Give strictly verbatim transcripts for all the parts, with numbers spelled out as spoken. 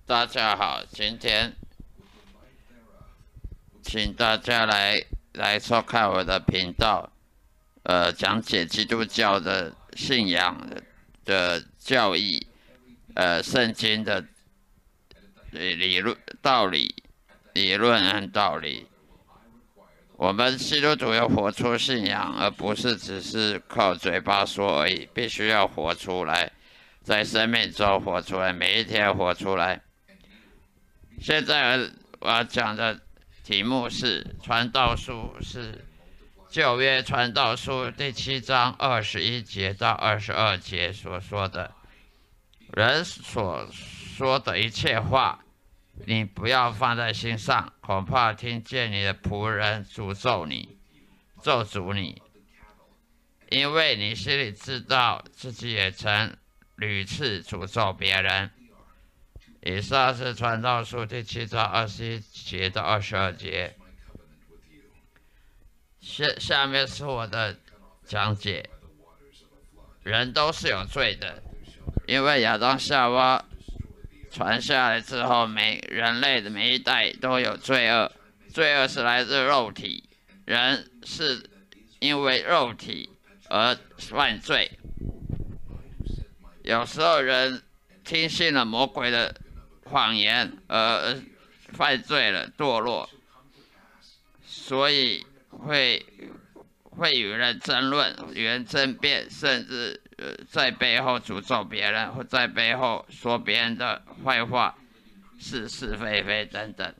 大家好，今天请大家来来收看我的频道，呃，讲解基督教的信仰的教义，呃，圣经的理论、道理、理论和道理。我们基督徒要活出信仰，而不是只是靠嘴巴说而已，必须要活出来，在生命中活出来，每一天活出来。现在我要讲的题目是《传道书》，是旧约传道书第七章二十一节到二十二节所说的。人所说的一切话，你不要放在心上，恐怕听见你的仆人诅咒你、咒诅你，因为你心里知道自己也曾屡次诅咒别人。以上是传道书第七章二十一节到二十二节。下下面是我的讲解。人都是有罪的，因为亚当夏娃传下来之后，每人类的每一代都有罪恶。罪恶是来自肉体，人是因为肉体而犯罪。有时候人听信了魔鬼的谎言而犯罪了，堕落，所以会会与人争论，与人争辩，甚至呃在背后诅咒别人，或在背后说别人的坏话，是是非非等等。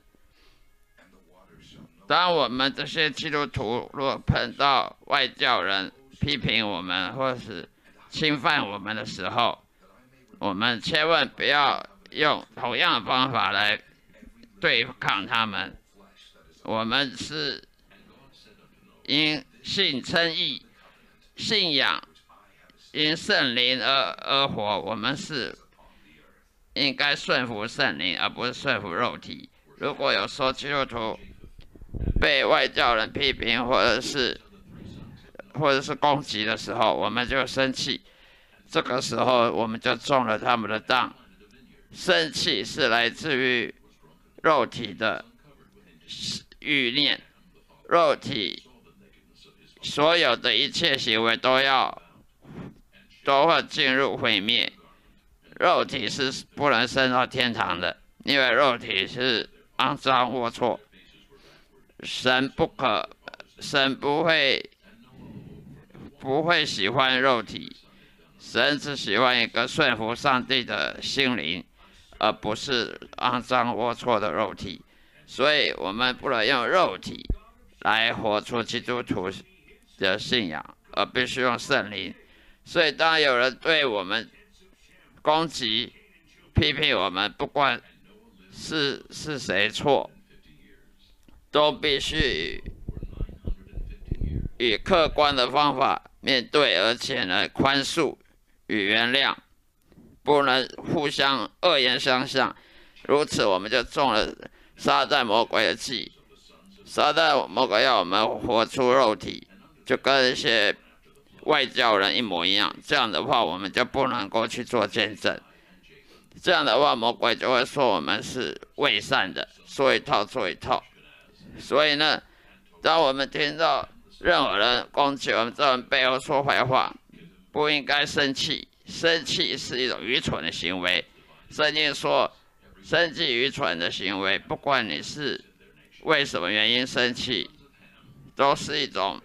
当我们这些基督徒若碰到外教人批评我们或是侵犯我们的时候，我们千万不要用同样的方法来对抗他们。我们是因信称义，信仰因圣灵而而活，我们是应该顺服圣灵，而不是顺服肉体。如果有说基督徒被外教人批评，或者是或者是攻击的时候，我们就生气。这个时候我们就中了他们的当。生气是来自于肉体的欲念，肉体所有的一切行为都要都会进入毁灭。肉体是不能升到天堂的，因为肉体是肮脏龌龊。神不可，神不会不会喜欢肉体，神只喜欢一个顺服上帝的心灵，而不是肮脏龌龊的肉体。所以我们不能用肉体来活出基督徒的信仰，而必须用圣灵。所以当有人对我们攻击、批评我们，不管是是谁错，都必须以客观的方法面对，而且呢宽恕与原谅，不能互相恶言相向。如此我们就中了撒旦魔鬼的计。撒旦魔鬼要我们活出肉体，就跟一些外教人一模一样。这样的话，我们就不能够去做见证。这样的话，魔鬼就会说我们是伪善的，说一套做一套。所以呢，当我们听到任何人攻击我们，在我们背后说坏话，不应该生气。生气是一种愚蠢的行为。圣经说，生气愚蠢的行为，不管你是为什么原因生气，都是一种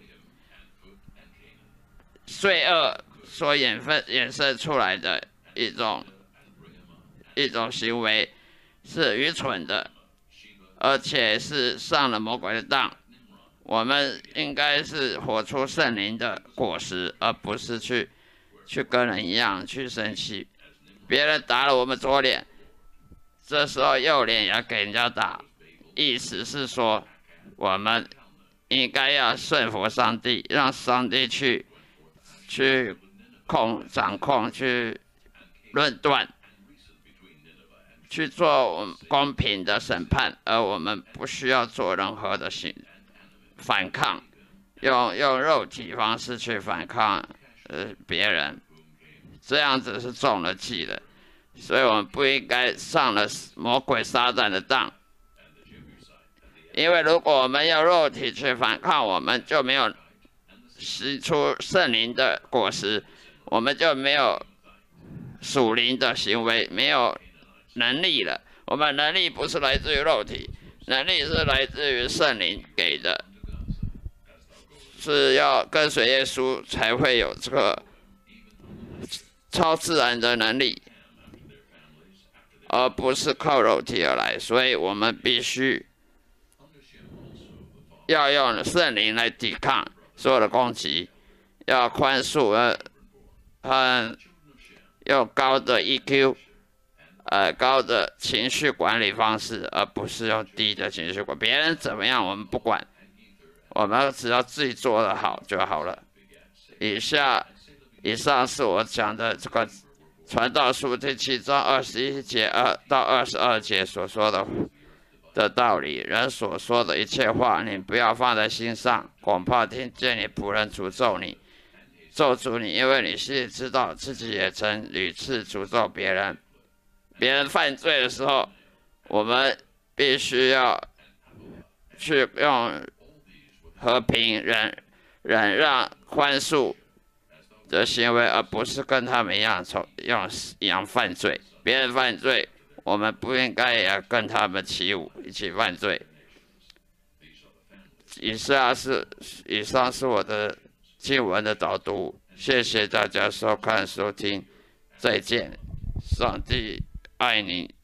罪恶所衍生衍生出来的一种一种行为，是愚蠢的，而且是上了魔鬼的当。我们应该是活出圣灵的果实，而不是去去跟人一样去生气。别人打了我们左脸，这时候右脸也要给人家打，意思是说我们应该要顺服上帝，让上帝去去控掌控，去论断，去做公平的审判，而我们不需要做任何的行反抗，用用肉体方式去反抗呃别人，这样子是中了计的。 所以我们不应该上了魔鬼撒旦的当。因为如果我们用肉体去反抗，我们就没有吸出圣灵的果实，我们就没有属灵的行为，没有能力了。我们能力不是来自于肉体，能力是来自于圣灵给的，是要跟随耶稣才会有这个超自然的能力，而不是靠肉体而来。所以我们必须要用圣灵来抵抗所有的攻击，要宽恕，呃，和用高的 E Q， 呃，高的情绪管理方式，而不是用低的情绪管。别人怎么样我们不管，我们只要自己做得好就好了。以下，以上是我讲的这个传道书第七章二十一节二到二十二节所说的的道理。人所说的一切话，你不要放在心上，恐怕听见你仆人诅咒你，咒诅你，因为你心里知道自己也曾屡次诅咒别人。别人犯罪的时候，我们必须要去用和平、忍忍让、宽恕的行为，而不是跟他们一样用一样犯罪。别人犯罪，我们不应该也要跟他们起舞，一起犯罪。以下是以上是我的经文的导读，谢谢大家收看收听，再见，上帝爱你。